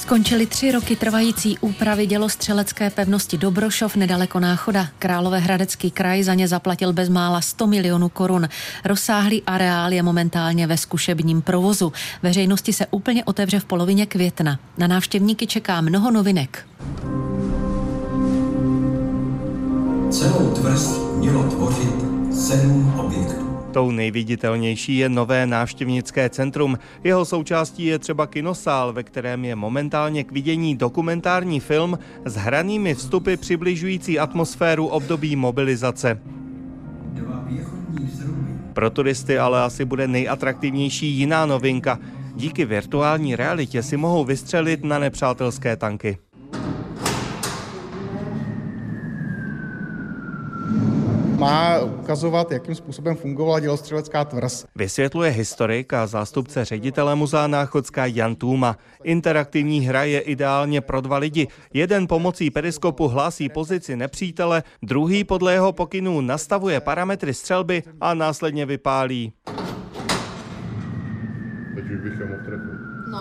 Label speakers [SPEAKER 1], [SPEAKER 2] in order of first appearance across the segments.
[SPEAKER 1] Skončily 3 roky trvající úpravy dělostřelecké pevnosti Dobrošov nedaleko Náchoda. Královéhradecký kraj za ně zaplatil bezmála 100 milionů korun. Rozsáhlý areál je momentálně ve zkušebním provozu. Veřejnosti se úplně otevře v polovině května. Na návštěvníky čeká mnoho novinek.
[SPEAKER 2] Celou tvrz mělo tvořit 7 objektů.
[SPEAKER 3] Tou nejviditelnější je nové návštěvnické centrum. Jeho součástí je třeba kinosál, ve kterém je momentálně k vidění dokumentární film s hranými vstupy přibližující atmosféru období mobilizace. Pro turisty ale asi bude nejatraktivnější jiná novinka. Díky virtuální realitě si mohou vystřelit na nepřátelské tanky.
[SPEAKER 4] Má ukazovat, jakým způsobem fungovala dělostřelecká tvrz.
[SPEAKER 3] Vysvětluje historik a zástupce ředitele muzea Náchodská Jan Tůma. Interaktivní hra je ideálně pro 2 lidi. Jeden pomocí periskopu hlásí pozici nepřítele, druhý podle jeho pokynů nastavuje parametry střelby a následně vypálí.
[SPEAKER 4] Teď už bych je mohl trefit.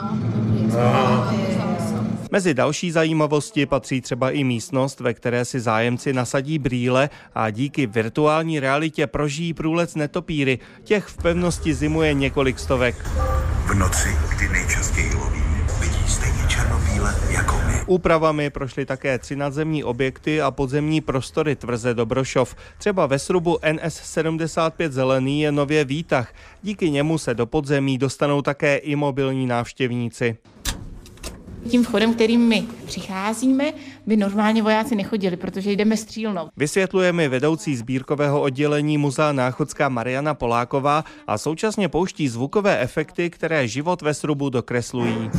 [SPEAKER 3] Mezi další zajímavosti patří třeba i místnost, ve které si zájemci nasadí brýle a díky virtuální realitě prožijí průlet netopíry. Těch v pevnosti zimuje několik stovek.
[SPEAKER 5] V noci, kdy nejčastěji loví, vidí stejně černobíle jako my.
[SPEAKER 3] Úpravami prošly také 3 nadzemní objekty a podzemní prostory tvrze Dobrošov. Třeba ve srubu NS75 Zelený je nově výtah. Díky němu se do podzemí dostanou také i mobilní návštěvníci.
[SPEAKER 6] Tím vchodem, kterým my přicházíme, by normálně vojáci nechodili, protože jdeme střílnout.
[SPEAKER 3] Vysvětluje mi vedoucí sbírkového oddělení muzea Náchodská Mariana Poláková a současně pouští zvukové efekty, které život ve srubu dokreslují.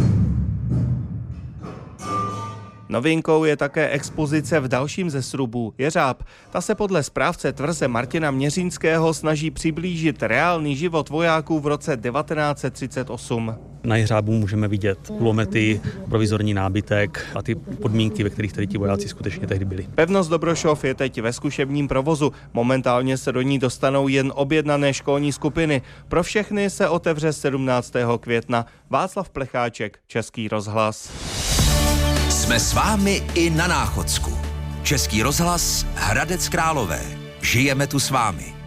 [SPEAKER 3] Novinkou je také expozice v dalším ze srubů, Jeřáb. Ta se podle správce tvrze Martina Měřínského snaží přiblížit reálný život vojáků v roce 1938.
[SPEAKER 7] Na Jeřábu můžeme vidět kulomety, provizorní nábytek a ty podmínky, ve kterých tady ti vojáci skutečně tehdy byli.
[SPEAKER 3] Pevnost Dobrošov je teď ve zkušebním provozu. Momentálně se do ní dostanou jen objednané školní skupiny. Pro všechny se otevře 17. května. Václav Plecháček, Český rozhlas.
[SPEAKER 8] Jsme s vámi i na Náchodsku. Český rozhlas, Hradec Králové. Žijeme tu s vámi.